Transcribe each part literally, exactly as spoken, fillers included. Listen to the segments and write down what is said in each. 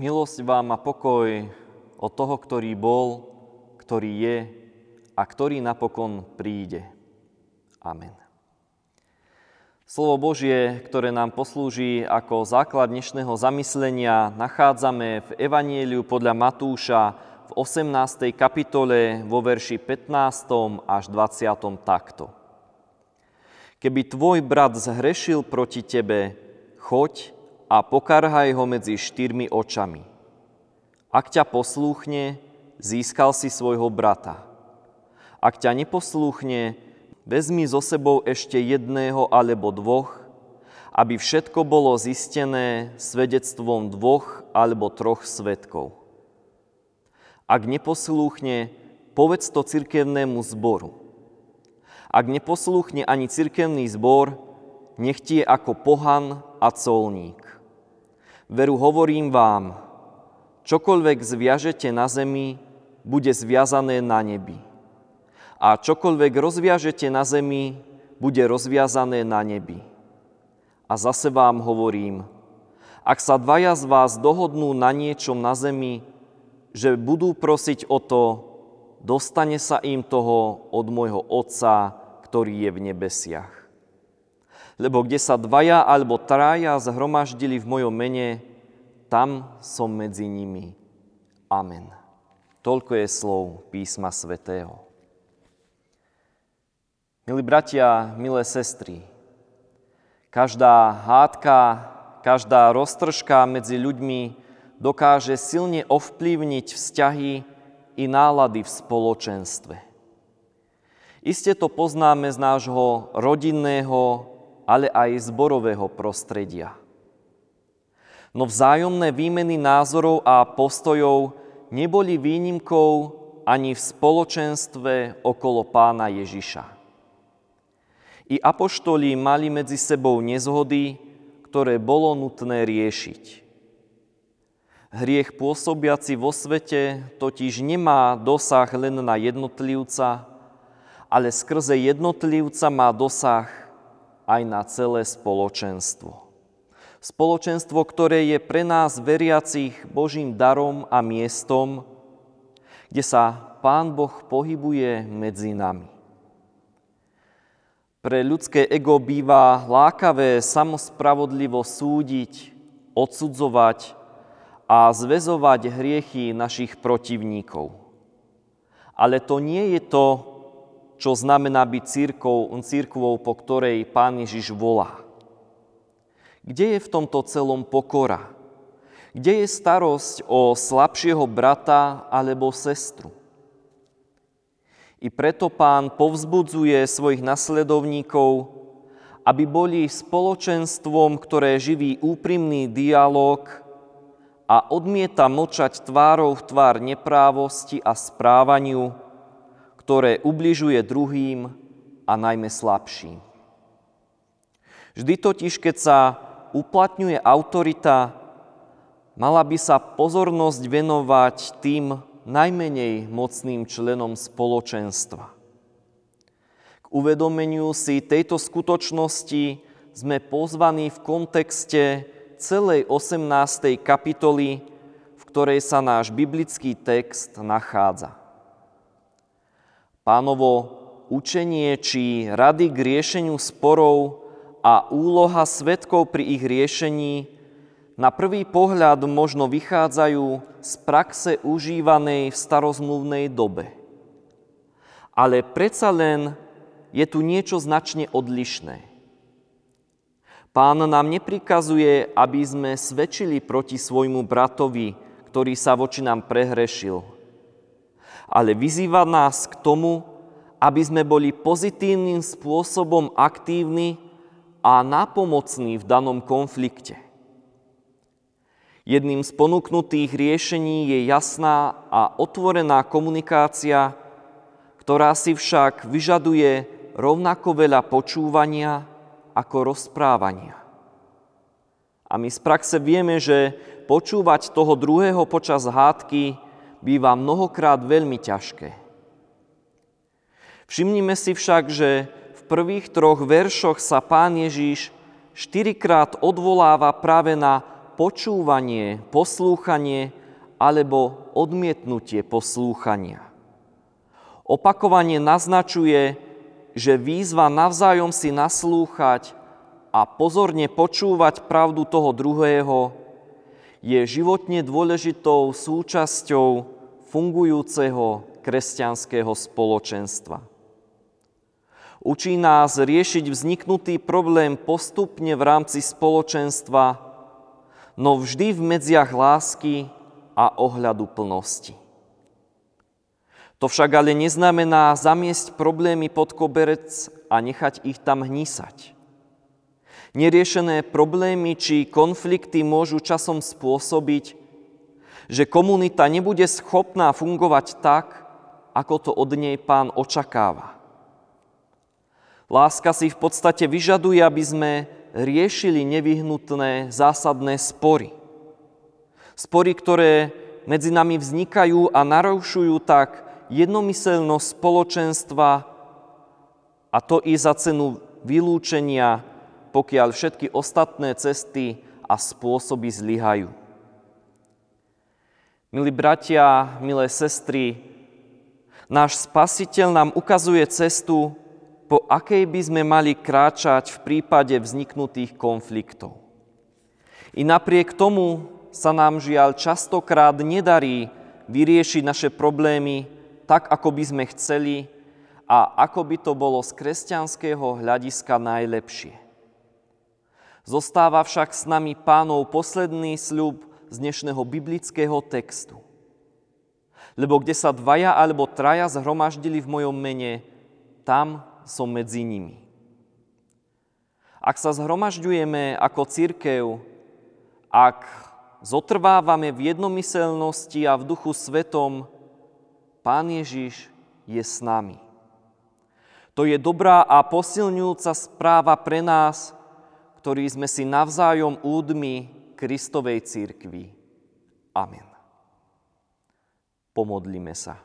Milosť vám a pokoj od toho, ktorý bol, ktorý je a ktorý napokon príde. Amen. Slovo Božie, ktoré nám poslúži ako základ dnešného zamyslenia, nachádzame v Evanjeliu podľa Matúša v osemnástej kapitole vo verši pätnástom až dvadsiatom takto. Keby tvoj brat zhrešil proti tebe, choď a pokarhaj ho medzi štyrmi očami. Ak ťa poslúchne, získal si svojho brata. Ak ťa neposlúchne, vezmi so sebou ešte jedného alebo dvoch, aby všetko bolo zistené svedectvom dvoch alebo troch svedkov. Ak neposlúchne, povedz to cirkevnému zboru. Ak neposlúchne ani cirkevný zbor, nech ti je ako pohan a colník. Veru hovorím vám, čokoľvek zviažete na zemi, bude zviazané na nebi. A čokoľvek rozviažete na zemi, bude rozviazané na nebi. A zase vám hovorím, ak sa dvaja z vás dohodnú na niečom na zemi, že budú prosiť o to, dostane sa im toho od môjho Otca, ktorý je v nebesiach. Lebo kde sa dvaja alebo traja zhromaždili v mojom mene, tam som medzi nimi. Amen. Toľko je slov písma svätého. Milí bratia, milé sestry, každá hádka, každá roztržka medzi ľuďmi dokáže silne ovplyvniť vzťahy i nálady v spoločenstve. Iste to poznáme z nášho rodinného, ale aj zborového prostredia. No vzájomné výmeny názorov a postojov neboli výnimkou ani v spoločenstve okolo Pána Ježiša. I apoštoli mali medzi sebou nezhody, ktoré bolo nutné riešiť. Hriech pôsobiaci vo svete totiž nemá dosah len na jednotlivca, ale skrze jednotlivca má dosah aj na celé spoločenstvo. Spoločenstvo, ktoré je pre nás veriacich Božím darom a miestom, kde sa Pán Boh pohybuje medzi nami. Pre ľudské ego býva lákavé samospravodlivo súdiť, odsudzovať a zväzovať hriechy našich protivníkov. Ale to nie je to, čo znamená byť cirkvou, cirkvou, po ktorej Pán Ježiš volá. Kde je v tomto celom pokora? Kde je starosť o slabšieho brata alebo sestru? I preto Pán povzbudzuje svojich nasledovníkov, aby boli spoločenstvom, ktoré živí úprimný dialóg a odmieta mlčať tvárou v tvár neprávosti a správaniu, ktoré ubližuje druhým a najmä slabším. Vždy totiž, keď sa uplatňuje autorita, mala by sa pozornosť venovať tým najmenej mocným členom spoločenstva. K uvedomeniu si tejto skutočnosti sme pozvaní v kontexte celej osemnástej kapitoly, v ktorej sa náš biblický text nachádza. Pánovo učenie či rady k riešeniu sporov a úloha svedkov pri ich riešení na prvý pohľad možno vychádzajú z praxe užívanej v starozmluvnej dobe. Ale predsa len je tu niečo značne odlišné. Pán nám neprikazuje, aby sme svedčili proti svojmu bratovi, ktorý sa voči nám prehrešil, ale vyzýva nás k tomu, aby sme boli pozitívnym spôsobom aktívni a nápomocní v danom konflikte. Jedným z ponúknutých riešení je jasná a otvorená komunikácia, ktorá si však vyžaduje rovnako veľa počúvania ako rozprávania. A my z praxe vieme, že počúvať toho druhého počas hádky býva mnohokrát veľmi ťažké. Všimnime si však, že v prvých troch veršoch sa Pán Ježiš štyrikrát odvoláva práve na počúvanie, poslúchanie alebo odmietnutie poslúchania. Opakovanie naznačuje, že výzva navzájom si naslúchať a pozorne počúvať pravdu toho druhého je životne dôležitou súčasťou fungujúceho kresťanského spoločenstva. Učí nás riešiť vzniknutý problém postupne v rámci spoločenstva, no vždy v medziach lásky a ohľaduplnosti. To však ale neznamená zamiesť problémy pod koberec a nechať ich tam hnísať. Neriešené problémy či konflikty môžu časom spôsobiť, že komunita nebude schopná fungovať tak, ako to od nej Pán očakáva. Láska si v podstate vyžaduje, aby sme riešili nevyhnutné zásadné spory. Spory, ktoré medzi nami vznikajú a narušujú tak jednomyseľnosť spoločenstva, a to i za cenu vylúčenia, pokiaľ všetky ostatné cesty a spôsoby zlyhajú. Milí bratia, milé sestry, náš Spasiteľ nám ukazuje cestu, po akej by sme mali kráčať v prípade vzniknutých konfliktov. I napriek tomu sa nám žiaľ častokrát nedarí vyriešiť naše problémy tak, ako by sme chceli a ako by to bolo z kresťanského hľadiska najlepšie. Zostáva však s nami Pánov posledný sľub z dnešného biblického textu. Lebo kde sa dvaja alebo traja zhromaždili v mojom mene, tam som medzi nimi. Ak sa zhromažďujeme ako cirkev, ak zotrvávame v jednomyseľnosti a v Duchu Svetom, Pán Ježiš je s nami. To je dobrá a posilňujúca správa pre nás, ktorí sme si navzájom údmi Kristovej cirkvi. Amen. Pomodlime sa.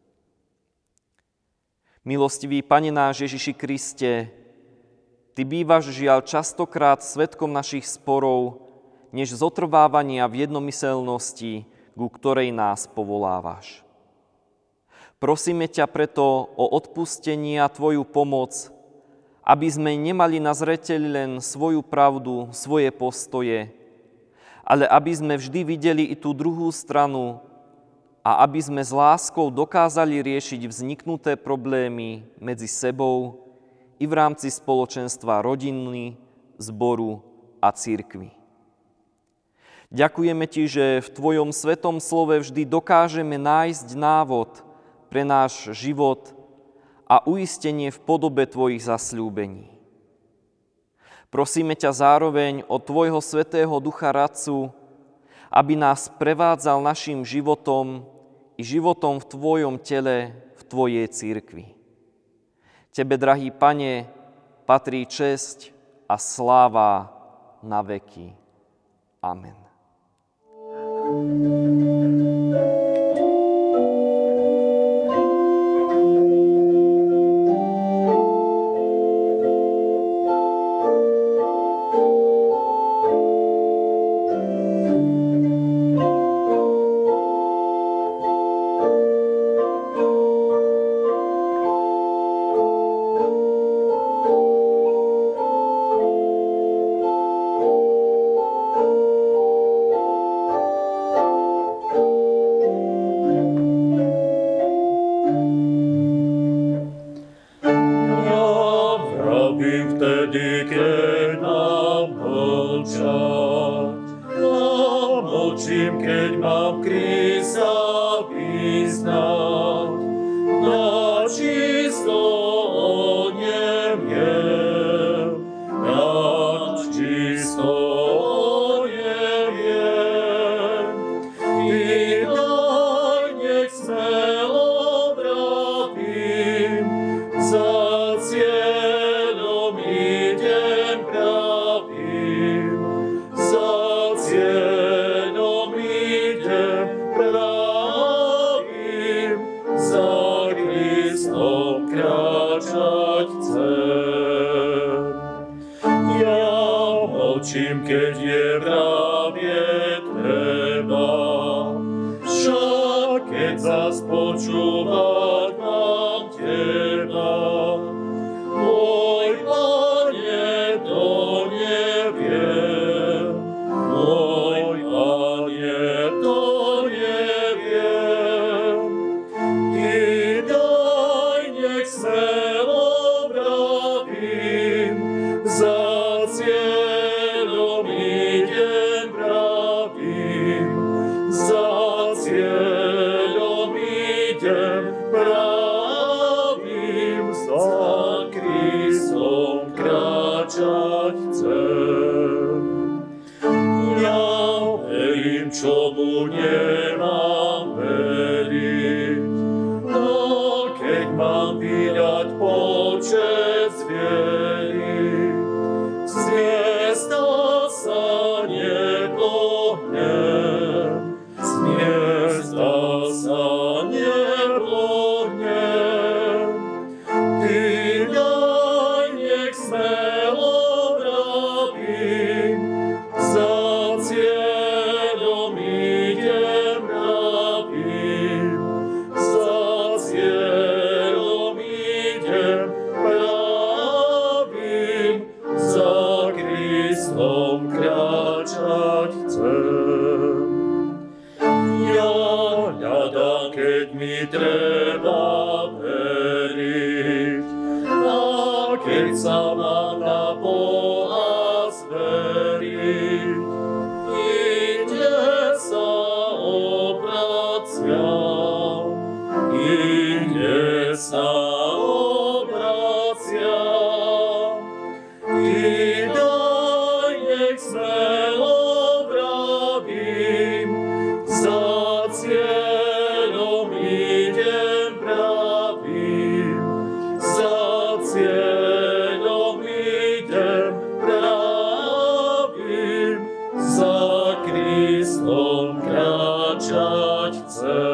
Milostivý Pane náš Ježiši Kriste, Ty bývaš žiaľ častokrát svedkom našich sporov, než zotrvávania v jednomyseľnosti, ku ktorej nás povolávaš. Prosíme ťa preto o odpustenie a Tvoju pomoc, aby sme nemali na zreteli len svoju pravdu, svoje postoje, ale aby sme vždy videli i tú druhú stranu a aby sme s láskou dokázali riešiť vzniknuté problémy medzi sebou i v rámci spoločenstva rodiny, zboru a cirkvi. Ďakujeme Ti, že v Tvojom svetom slove vždy dokážeme nájsť návod pre náš život a uistenie v podobe Tvojich zasľúbení. Prosíme ťa zároveň o Tvojho Svätého Ducha Radcu, aby nás prevádzal našim životom i životom v Tvojom tele, v Tvojej cirkvi. Tebe, drahý Pane, patrí česť a sláva na veky. Amen. Keď mám Krista vyznať, na čisto o ňom viem, na čisto o ňom viem. Ty daj, nech smelo vrátim, za cieľom idem pravým, za cieľom idem pravým, za Kristom. teba. Však keď zas počúvať mám teba, môj Pane, to neviem, môj Pane, to neviem. Ty daj, nech smelo vravím, za cieľom idem pravým, za cieľom idem pravým, za Kristom kráčať chcem. Ja verím, čomu nemám veriť, no keď mám vydať počet zviery, z miesta sa nepohnem, z miesta sa nepohnem. Ty daj, nech smelo vravím, za cieľom idem pravým, za cieľom idem pravým, za Kristom kráčať chcem. Ja hľadám, keď mi treba veriť, a keď sa mám na Boha zveriť, ide sa obraciam, ide sa obraciam. Ty daj, nech smelo vravím, za cieľom idem pravým, za cieľom idem pravým, za Kristom kráčať chcem.